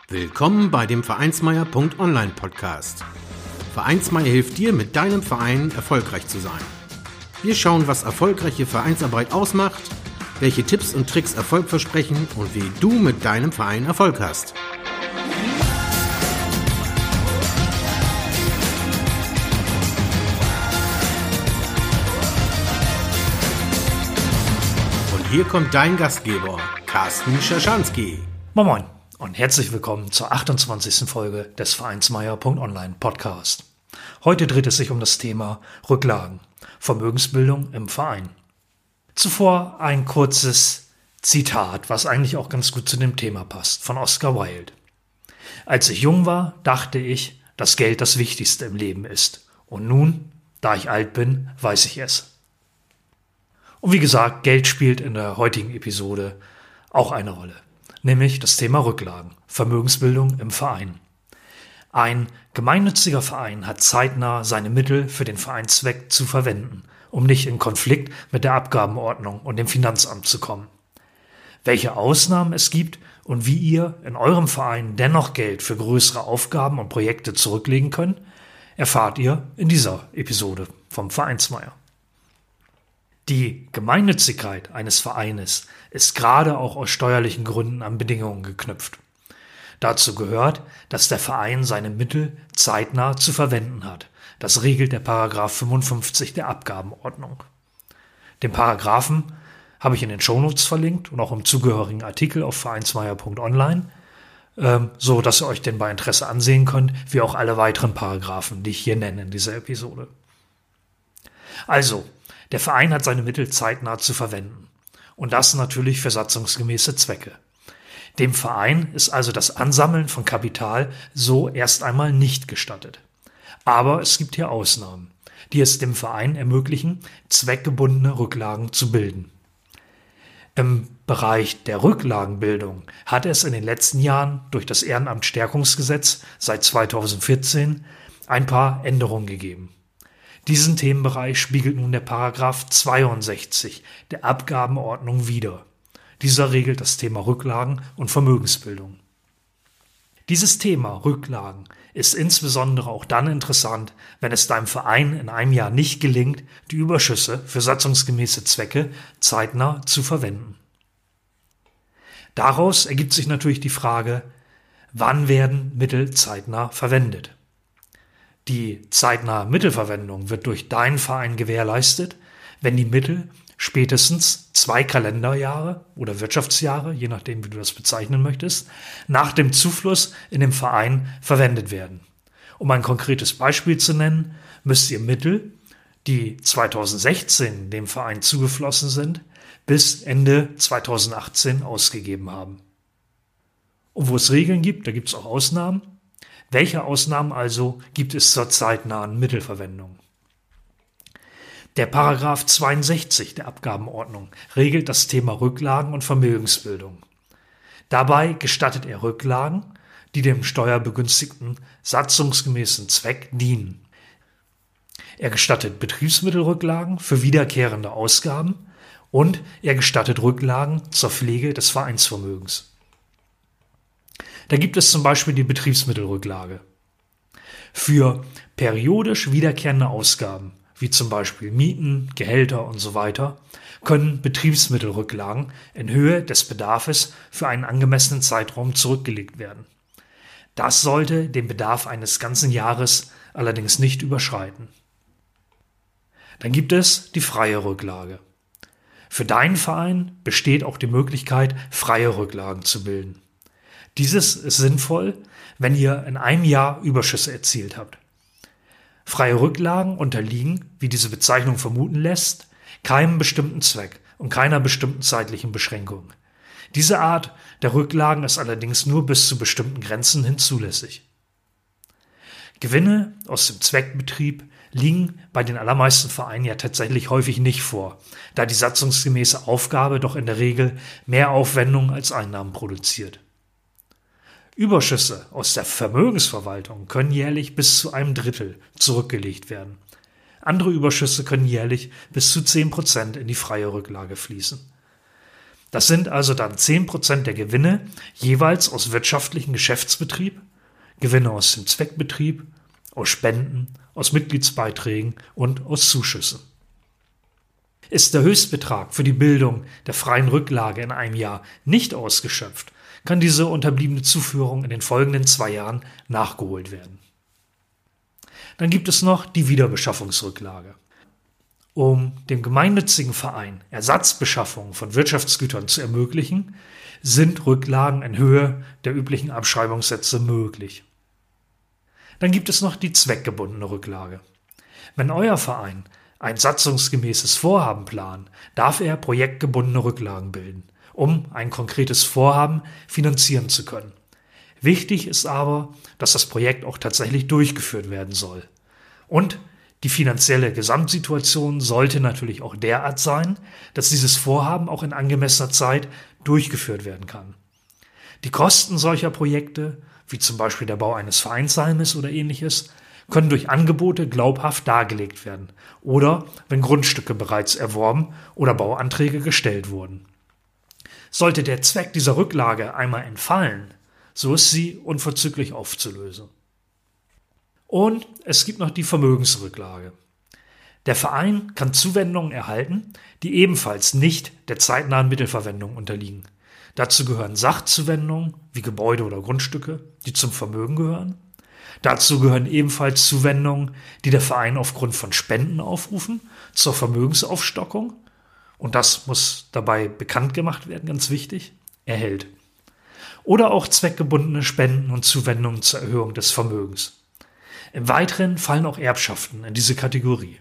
Willkommen bei dem Vereinsmeier.online Podcast. Vereinsmeier hilft dir, mit deinem Verein erfolgreich zu sein. Wir schauen, was erfolgreiche Vereinsarbeit ausmacht, welche Tipps und Tricks Erfolg versprechen und wie du mit deinem Verein Erfolg hast. Und hier kommt dein Gastgeber, Carsten Schaschanski. Moin Moin und herzlich willkommen zur 28. Folge des Vereinsmeier.online Podcast. Heute dreht es sich um das Thema Rücklagen, Vermögensbildung im Verein. Zuvor ein kurzes Zitat, was eigentlich auch ganz gut zu dem Thema passt, von Oscar Wilde. Als ich jung war, dachte ich, dass Geld das Wichtigste im Leben ist. Und nun, da ich alt bin, weiß ich es. Und wie gesagt, Geld spielt in der heutigen Episode auch eine Rolle. Nämlich das Thema Rücklagen, Vermögensbildung im Verein. Ein gemeinnütziger Verein hat zeitnah seine Mittel für den Vereinszweck zu verwenden, um nicht in Konflikt mit der Abgabenordnung und dem Finanzamt zu kommen. Welche Ausnahmen es gibt und wie ihr in eurem Verein dennoch Geld für größere Aufgaben und Projekte zurücklegen könnt, erfahrt ihr in dieser Episode vom Vereinsmeier. Die Gemeinnützigkeit eines Vereines ist gerade auch aus steuerlichen Gründen an Bedingungen geknüpft. Dazu gehört, dass der Verein seine Mittel zeitnah zu verwenden hat. Das regelt der Paragraph 55 der Abgabenordnung. Den Paragraphen habe ich in den Shownotes verlinkt und auch im zugehörigen Artikel auf vereinsmeier.online, so dass ihr euch den bei Interesse ansehen könnt, wie auch alle weiteren Paragraphen, die ich hier nenne in dieser Episode. Also, der Verein hat seine Mittel zeitnah zu verwenden. Und das natürlich für satzungsgemäße Zwecke. Dem Verein ist also das Ansammeln von Kapital so erst einmal nicht gestattet. Aber es gibt hier Ausnahmen, die es dem Verein ermöglichen, zweckgebundene Rücklagen zu bilden. Im Bereich der Rücklagenbildung hat es in den letzten Jahren durch das Ehrenamtsstärkungsgesetz seit 2014 ein paar Änderungen gegeben. Diesen Themenbereich spiegelt nun der Paragraph 62 der Abgabenordnung wider. Dieser regelt das Thema Rücklagen und Vermögensbildung. Dieses Thema Rücklagen ist insbesondere auch dann interessant, wenn es deinem Verein in einem Jahr nicht gelingt, die Überschüsse für satzungsgemäße Zwecke zeitnah zu verwenden. Daraus ergibt sich natürlich die Frage, wann werden Mittel zeitnah verwendet? Die zeitnahe Mittelverwendung wird durch deinen Verein gewährleistet, wenn die Mittel spätestens 2 Kalenderjahre oder Wirtschaftsjahre, je nachdem wie du das bezeichnen möchtest, nach dem Zufluss in dem Verein verwendet werden. Um ein konkretes Beispiel zu nennen, müsst ihr Mittel, die 2016 dem Verein zugeflossen sind, bis Ende 2018 ausgegeben haben. Und wo es Regeln gibt, da gibt es auch Ausnahmen. Welche Ausnahmen also gibt es zur zeitnahen Mittelverwendung? Der Paragraph 62 der Abgabenordnung regelt das Thema Rücklagen und Vermögensbildung. Dabei gestattet er Rücklagen, die dem steuerbegünstigten satzungsgemäßen Zweck dienen. Er gestattet Betriebsmittelrücklagen für wiederkehrende Ausgaben und er gestattet Rücklagen zur Pflege des Vereinsvermögens. Da gibt es zum Beispiel die Betriebsmittelrücklage. Für periodisch wiederkehrende Ausgaben, wie zum Beispiel Mieten, Gehälter und so weiter, können Betriebsmittelrücklagen in Höhe des Bedarfs für einen angemessenen Zeitraum zurückgelegt werden. Das sollte den Bedarf eines ganzen Jahres allerdings nicht überschreiten. Dann gibt es die freie Rücklage. Für deinen Verein besteht auch die Möglichkeit, freie Rücklagen zu bilden. Dieses ist sinnvoll, wenn ihr in einem Jahr Überschüsse erzielt habt. Freie Rücklagen unterliegen, wie diese Bezeichnung vermuten lässt, keinem bestimmten Zweck und keiner bestimmten zeitlichen Beschränkung. Diese Art der Rücklagen ist allerdings nur bis zu bestimmten Grenzen hin zulässig. Gewinne aus dem Zweckbetrieb liegen bei den allermeisten Vereinen ja tatsächlich häufig nicht vor, da die satzungsgemäße Aufgabe doch in der Regel mehr Aufwendungen als Einnahmen produziert. Überschüsse aus der Vermögensverwaltung können jährlich bis zu 1/3 zurückgelegt werden. Andere Überschüsse können jährlich bis zu 10% in die freie Rücklage fließen. Das sind also dann 10% der Gewinne jeweils aus wirtschaftlichem Geschäftsbetrieb, Gewinne aus dem Zweckbetrieb, aus Spenden, aus Mitgliedsbeiträgen und aus Zuschüssen. Ist der Höchstbetrag für die Bildung der freien Rücklage in einem Jahr nicht ausgeschöpft, kann diese unterbliebene Zuführung in den folgenden 2 Jahren nachgeholt werden. Dann gibt es noch die Wiederbeschaffungsrücklage. Um dem gemeinnützigen Verein Ersatzbeschaffungen von Wirtschaftsgütern zu ermöglichen, sind Rücklagen in Höhe der üblichen Abschreibungssätze möglich. Dann gibt es noch die zweckgebundene Rücklage. Wenn euer Verein ein satzungsgemäßes Vorhaben plant, darf er projektgebundene Rücklagen bilden, um ein konkretes Vorhaben finanzieren zu können. Wichtig ist aber, dass das Projekt auch tatsächlich durchgeführt werden soll. Und die finanzielle Gesamtsituation sollte natürlich auch derart sein, dass dieses Vorhaben auch in angemessener Zeit durchgeführt werden kann. Die Kosten solcher Projekte, wie zum Beispiel der Bau eines Vereinsheimes oder ähnliches, können durch Angebote glaubhaft dargelegt werden oder wenn Grundstücke bereits erworben oder Bauanträge gestellt wurden. Sollte der Zweck dieser Rücklage einmal entfallen, so ist sie unverzüglich aufzulösen. Und es gibt noch die Vermögensrücklage. Der Verein kann Zuwendungen erhalten, die ebenfalls nicht der zeitnahen Mittelverwendung unterliegen. Dazu gehören Sachzuwendungen wie Gebäude oder Grundstücke, die zum Vermögen gehören. Dazu gehören ebenfalls Zuwendungen, die der Verein aufgrund von Spenden aufrufen, zur Vermögensaufstockung, und das muss dabei bekannt gemacht werden, ganz wichtig, erhält. Oder auch zweckgebundene Spenden und Zuwendungen zur Erhöhung des Vermögens. Im Weiteren fallen auch Erbschaften in diese Kategorie.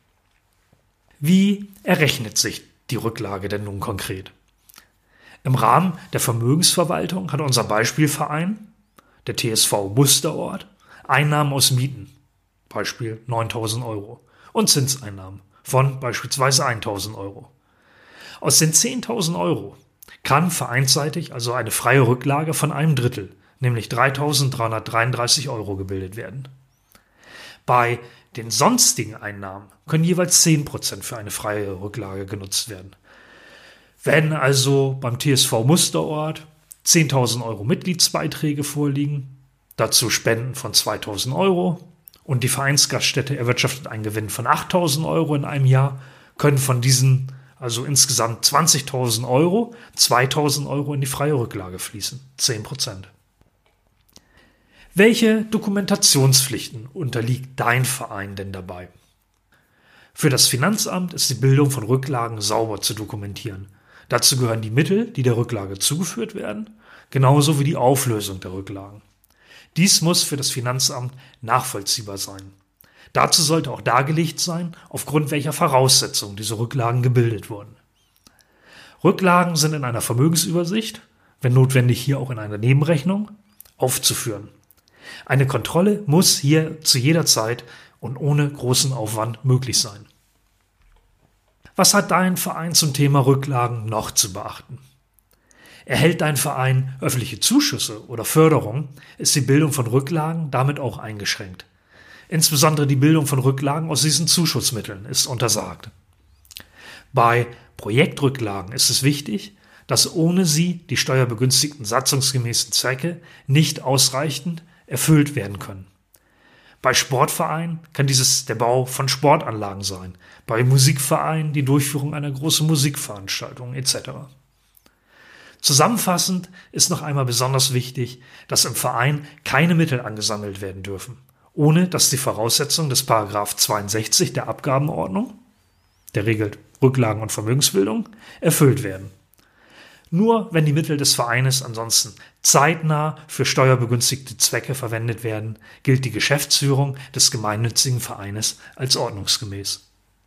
Wie errechnet sich die Rücklage denn nun konkret? Im Rahmen der Vermögensverwaltung hat unser Beispielverein, der TSV Musterort, Einnahmen aus Mieten, Beispiel 9.000 Euro, und Zinseinnahmen von beispielsweise 1.000 Euro. Aus den 10.000 Euro kann vereinsseitig also eine freie Rücklage von einem Drittel, nämlich 3.333 Euro gebildet werden. Bei den sonstigen Einnahmen können jeweils 10% für eine freie Rücklage genutzt werden. Wenn also beim TSV Musterort 10.000 Euro Mitgliedsbeiträge vorliegen, dazu Spenden von 2.000 Euro und die Vereinsgaststätte erwirtschaftet einen Gewinn von 8.000 Euro in einem Jahr, können von diesen also insgesamt 20.000 Euro, 2.000 Euro in die freie Rücklage fließen, 10%. Welche Dokumentationspflichten unterliegt dein Verein denn dabei? Für das Finanzamt ist die Bildung von Rücklagen sauber zu dokumentieren. Dazu gehören die Mittel, die der Rücklage zugeführt werden, genauso wie die Auflösung der Rücklagen. Dies muss für das Finanzamt nachvollziehbar sein. Dazu sollte auch dargelegt sein, aufgrund welcher Voraussetzungen diese Rücklagen gebildet wurden. Rücklagen sind in einer Vermögensübersicht, wenn notwendig hier auch in einer Nebenrechnung, aufzuführen. Eine Kontrolle muss hier zu jeder Zeit und ohne großen Aufwand möglich sein. Was hat dein Verein zum Thema Rücklagen noch zu beachten? Erhält dein Verein öffentliche Zuschüsse oder Förderung, ist die Bildung von Rücklagen damit auch eingeschränkt. Insbesondere die Bildung von Rücklagen aus diesen Zuschussmitteln ist untersagt. Bei Projektrücklagen ist es wichtig, dass ohne sie die steuerbegünstigten satzungsgemäßen Zwecke nicht ausreichend erfüllt werden können. Bei Sportvereinen kann dieses der Bau von Sportanlagen sein, bei Musikvereinen die Durchführung einer großen Musikveranstaltung etc. Zusammenfassend ist noch einmal besonders wichtig, dass im Verein keine Mittel angesammelt werden dürfen, ohne dass die Voraussetzungen des § 62 der Abgabenordnung, der regelt Rücklagen und Vermögensbildung, erfüllt werden. Nur wenn die Mittel des Vereines ansonsten zeitnah für steuerbegünstigte Zwecke verwendet werden, gilt die Geschäftsführung des gemeinnützigen Vereines als ordnungsgemäß.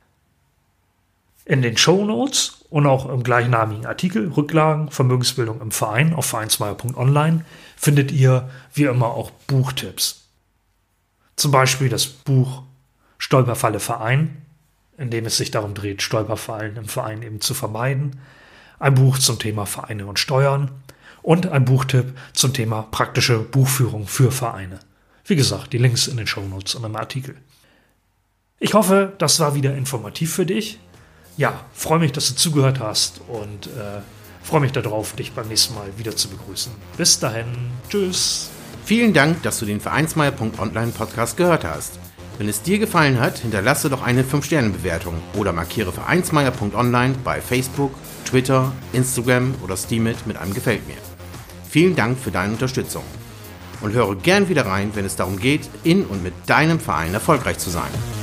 In den Shownotes und auch im gleichnamigen Artikel Rücklagen, Vermögensbildung im Verein auf vereinsmeier.online findet ihr wie immer auch Buchtipps. Zum Beispiel das Buch Stolperfalle Verein, in dem es sich darum dreht, Stolperfallen im Verein eben zu vermeiden. Ein Buch zum Thema Vereine und Steuern und ein Buchtipp zum Thema praktische Buchführung für Vereine. Wie gesagt, die Links in den Shownotes und im Artikel. Ich hoffe, das war wieder informativ für dich. Ja, freue mich, dass du zugehört hast und Freue mich darauf, dich beim nächsten Mal wieder zu begrüßen. Bis dahin, tschüss. Vielen Dank, dass du den Vereinsmeier.online Podcast gehört hast. Wenn es dir gefallen hat, hinterlasse doch eine 5-Sterne-Bewertung oder markiere Vereinsmeier.online bei Facebook, Twitter, Instagram oder Steemit mit einem Gefällt mir. Vielen Dank für deine Unterstützung und höre gern wieder rein, wenn es darum geht, in und mit deinem Verein erfolgreich zu sein.